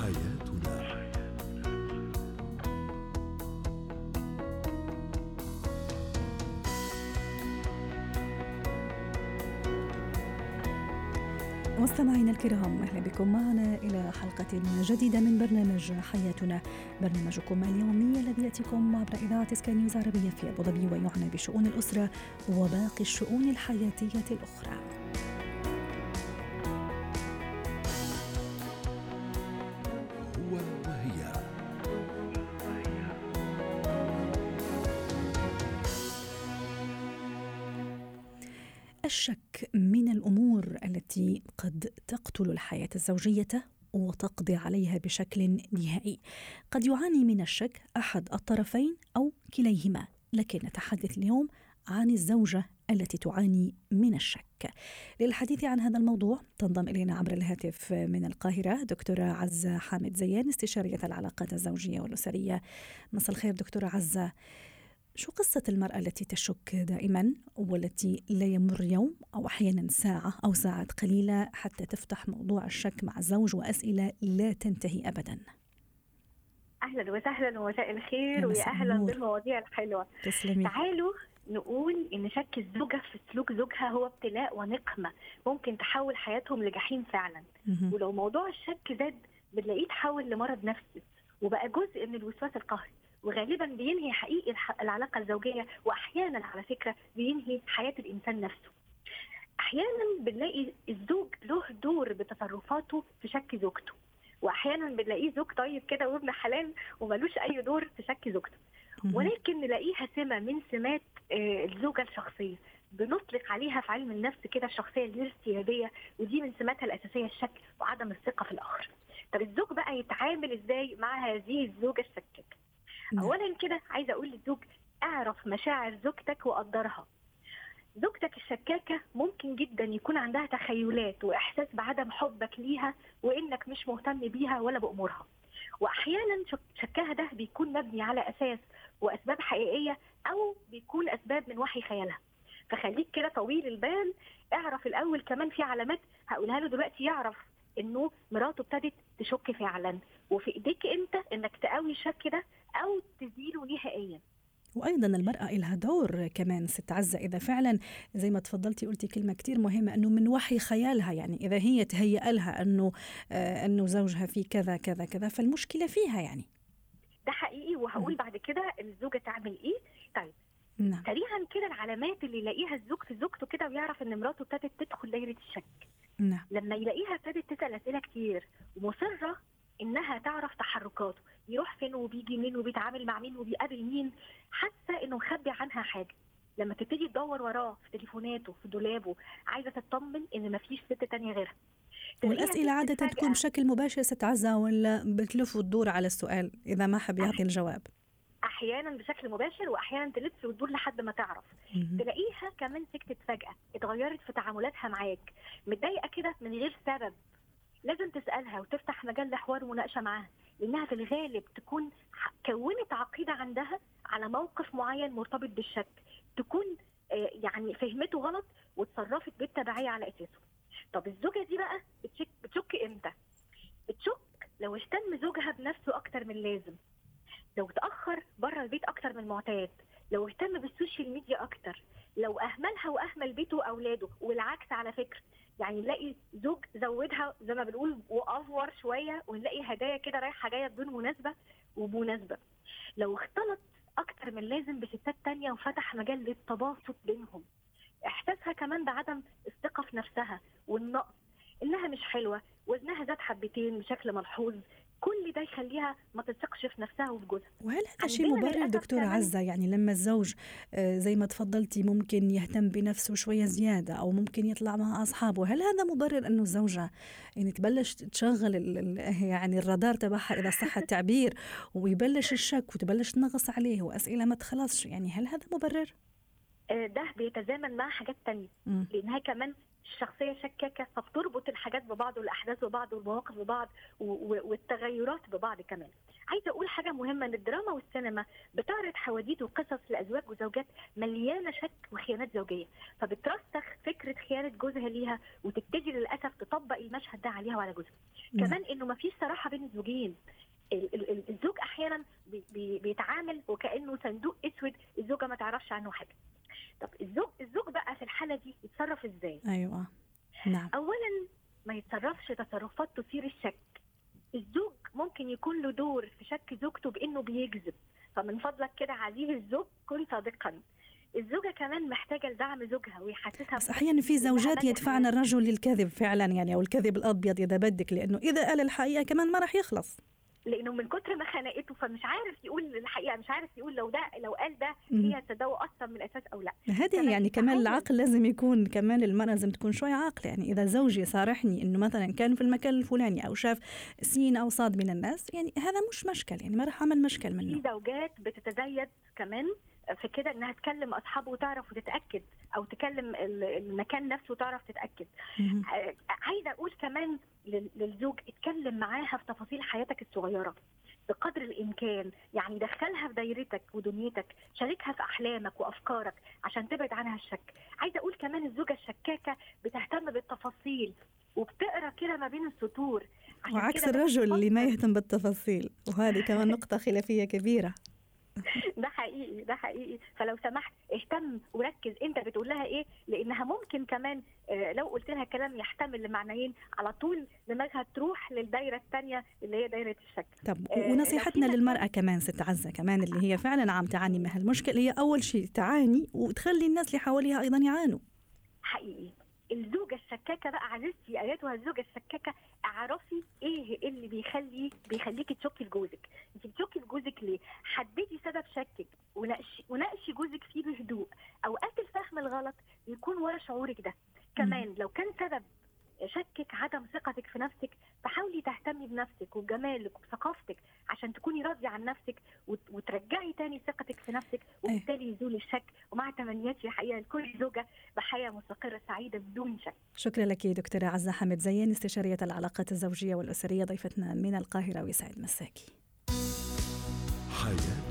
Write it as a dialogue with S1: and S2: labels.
S1: حياتنا.
S2: مستمعينا الكرام، أهلا بكم معنا إلى حلقة جديدة من برنامج حياتنا، برنامجكم اليومي الذي يأتيكم عبر إذاعة سكاي نيوز عربية في أبو ظبي ويعنى بشؤون الأسرة وباقي الشؤون الحياتية الأخرى.
S1: هو وهي.
S2: الشك من الأمور التي قد تقتل الحياة الزوجية وتقضي عليها بشكل نهائي. قد يعاني من الشك أحد الطرفين أو كليهما، لكن نتحدث اليوم عن الزوجة التي تعاني من الشك. للحديث عن هذا الموضوع تنضم إلينا عبر الهاتف من القاهرة دكتورة عزة حامد زيان، استشارية العلاقات الزوجية والأسرية. مساء الخير دكتورة عزة. شو قصة المرأة التي تشك دائما والتي لا يمر يوم أو أحيانا ساعة أو ساعات قليلة حتى تفتح موضوع الشك مع الزوج وأسئلة لا تنتهي أبدا؟
S3: أهلا وسهلا ومساء الخير ويا أهلا بالمواضيع الحلوة.
S2: تسلمي.
S3: تعالوا نقول إن شك الزوجة في سلوك زوجها هو ابتلاء ونقمة ممكن تحول حياتهم لجحيم فعلا. ولو موضوع الشك زاد بنلاقيه تحول لمرض نفسي وبقى جزء من الوسواس القهري، وغالبا بينهي حقيقي العلاقة الزوجية، وأحيانا على فكرة بينهي حياة الإنسان نفسه. أحيانا بنلاقي الزوج له دور بتصرفاته في شك زوجته، وأحيانا بنلاقيه زوج طيب كده وابن حلال وملوش أي دور في شك زوجته، ولكن نلاقيها سمة من سمات الزوجة الشخصية بنطلق عليها في علم النفس كده الشخصية الارتيابية، ودي من سماتها الأساسية الشك وعدم الثقة في الآخر. طب الزوج بقى يتعامل إزاي مع هذه الزوجة الشكاكة؟ أولا كده عايزة أقول للزوج اعرف مشاعر زوجتك وقدرها. زوجتك الشكاكة ممكن جدا يكون عندها تخيلات وإحساس بعدم حبك ليها وإنك مش مهتم بيها ولا بأمورها، وأحيانا شكها ده بيكون مبني على أساس وأسباب حقيقية أو بيكون أسباب من وحي خيالها. فخليك كده طويل البال، اعرف الأول كمان في علامات هقولها له دلوقتي يعرف إنه مراته ابتدت تشك فعلا، وفي إيديك أنت إنك تقوي الشك ده أو تزيله نهائيا.
S2: وأيضا المرأة إلها دور كمان ست عزة، إذا فعلا زي ما تفضلتي قلتي كلمة كتير مهمة أنه من وحي خيالها، يعني إذا هي تهيأ لها أنه زوجها في كذا كذا كذا فالمشكلة فيها يعني.
S3: ده حقيقي، وهقول بعد كده الزوجة تعمل إيه. طيب
S2: نعم.
S3: سريعا كده العلامات اللي يلاقيها الزوج في زوجته كده ويعرف أن مراته ابتدت تدخل دايرة الشك.
S2: نعم.
S3: لما يلاقيها ابتدت تسأل أسئلة كتير ومصرة إنها تعرف تحركاته، يروح فين وبيجي مين وبيتعامل مع مين وبيقابل مين، حاسة إنه مخبي عنها حاجة. لما تبتدي تدور وراه في تليفوناته في دولابه عايزة تطمن إن مفيش ست تانية غيرها.
S2: والأسئلة عادة تكون بشكل مباشر ست عزة ولا بتلف وتدور على السؤال إذا ما حب يعطي الجواب؟
S3: أحيانا بشكل مباشر وأحيانا تلف وتدور لحد ما تعرف. تلاقيها كمان سكتت فجأة، اتغيرت في تعاملاتها معاك، متضايقة كده من غير سبب. لازم تسألها وتفتح مجال لحوار مناقشة معاها، لأنها في الغالب تكون كونت عقيدة عندها على موقف معين مرتبط بالشك، تكون يعني فهمته غلط وتصرفت بالتبعية على أساسه. طب الزوجة دي بقى بتشك إمتى؟ بتشك لو اهتم زوجها بنفسه أكتر من اللازم، لو تأخر بره البيت أكتر من المعتاد، لو اهتم بالسوشيال ميديا أكتر، لو أهملها وأهمل بيته وأولاده. والعكس على فكرة، يعني نلاقي زوج زودها زي ما بنقول وأفور شوية، ونلاقي هدايا كده رايحة جاية بدون مناسبة ومناسبة. لو اختلط أكتر من لازم بستات تانية وفتح مجال للتباسط بينهم، إحساسها كمان بعدم الثقة في نفسها والنقص، إنها مش حلوة، وزنها زاد حبتين بشكل ملحوظ، كل ده يخليها ما تثقش في نفسها وفي جوزها.
S2: وهل هذا شيء مبرر دكتورة عزة؟ يعني لما الزوج زي ما تفضلتي ممكن يهتم بنفسه شوية زيادة أو ممكن يطلع مع أصحابه، هل هذا مبرر أنه الزوجة يعني تبلش تشغل يعني الرادار تبعها إذا صح التعبير ويبلش الشك وتبلش تنغص عليه وأسئلة ما تخلصش؟ يعني هل هذا مبرر؟
S3: ده بيتزامن مع حاجات تانية، لأنها كمان الشخصيه شكاكه، فبتربط الحاجات ببعض والاحداث ببعض والمواقف ببعض والتغيرات ببعض كمان. عايزه اقول حاجه مهمه، ان الدراما والسينما بتعرض حواديت وقصص لازواج وزوجات مليانه شك وخيانات زوجيه، فبترسخ فكره خيانه جوزها ليها وتبتدي للاسف تطبق المشهد ده عليها وعلى جوزها. كمان انه ما فيش صراحه بين الزوجين. الزوج احيانا بيتعامل وكانه صندوق اسود الزوجه ما تعرفش عنه حاجه. طب الزوج بقى في الحاله دي يتصرف ازاي؟
S2: ايوه نعم.
S3: اولا ما يتصرفش تصرفات تثير الشك. الزوج ممكن يكون له دور في شك زوجته بانه بيكذب، فمن فضلك كده عزيزي الزوج كن صادقا. الزوجه كمان محتاجه لدعم زوجها ويحسسها.
S2: بس احيانا في زوجات يدفعن الرجل للكذب فعلا يعني، او الكذب الابيض اذا بدك، لانه اذا قال الحقيقه كمان ما راح يخلص،
S3: لانه من كتر ما خنقته فمش عارف يقول الحقيقه، مش عارف يقول لو قال ده هي تصدقه اصلا من الاساس او لا.
S2: هذه يعني كمان العقل لازم يكون، كمان المرأة لازم تكون شوي عاقله. يعني اذا زوجي صارحني انه مثلا كان في المكان الفلاني او شاف سين او صاد من الناس، يعني هذا مش مشكل، يعني ما راح اعمل مشكل منه.
S3: في زوجات بتتزيد كمان في كده انها تكلم اصحابه وتعرف وتتاكد، او تكلم المكان نفسه وتعرف تتاكد. عايزه اقول كمان للزوج اتكلم معاها في تفاصيل حياتك الصغيره بقدر الامكان، يعني دخلها في دايرتك ودنيتك، شاركها في احلامك وافكارك عشان تبعد عنها الشك. عايزه اقول كمان الزوجه الشكاكه بتهتم بالتفاصيل وبتقرا كده ما بين السطور،
S2: وعكس الرجل اللي ما يهتم بالتفاصيل، وهذه كمان نقطه خلافيه كبيره.
S3: ده حقيقي، ده حقيقي. فلو سمحت اهتم وركز انت بتقول لها ايه، لانها ممكن كمان لو قلت لها كلام يحتمل لمعنيين على طول دماغها تروح للدايره الثانيه اللي هي دايره الشك.
S2: طب ونصيحتنا للمراه كمان ست عزة، كمان اللي هي فعلا عم تعاني من هالمشكله، هي اول شيء تعاني وتخلي الناس اللي حواليها ايضا يعانوا.
S3: حقيقي الزوجه الشكاكه بقى، عزيزتي ايتها الزوجه الشكاكه، اعرفي ايه اللي بيخليكي تشكي لجوزك. انت بتشكي لجوزك ليه؟ حددي سبب شكك وناقشي جوزك فيه بهدوء. اوقات الفهم الغلط بيكون ورا شعورك ده. كمان لو كان سبب شكك عدم ثقتك في نفسك، فحاولي تهتمي بنفسك وبجمالك وبثقافتك عشان تكوني راضيه عن نفسك وترجعي تاني ثقتك في نفسك، وبالتالي يزول الشك. ومع تمنياتي الحقيقه لكل زوجه بحياه مستقره سعيده بدون شك.
S2: شكرا لك دكتوره عزة حامد زين، استشاريه العلاقات الزوجيه والاسريه، ضيفتنا من القاهره، ويسعد مساكي.
S1: حياة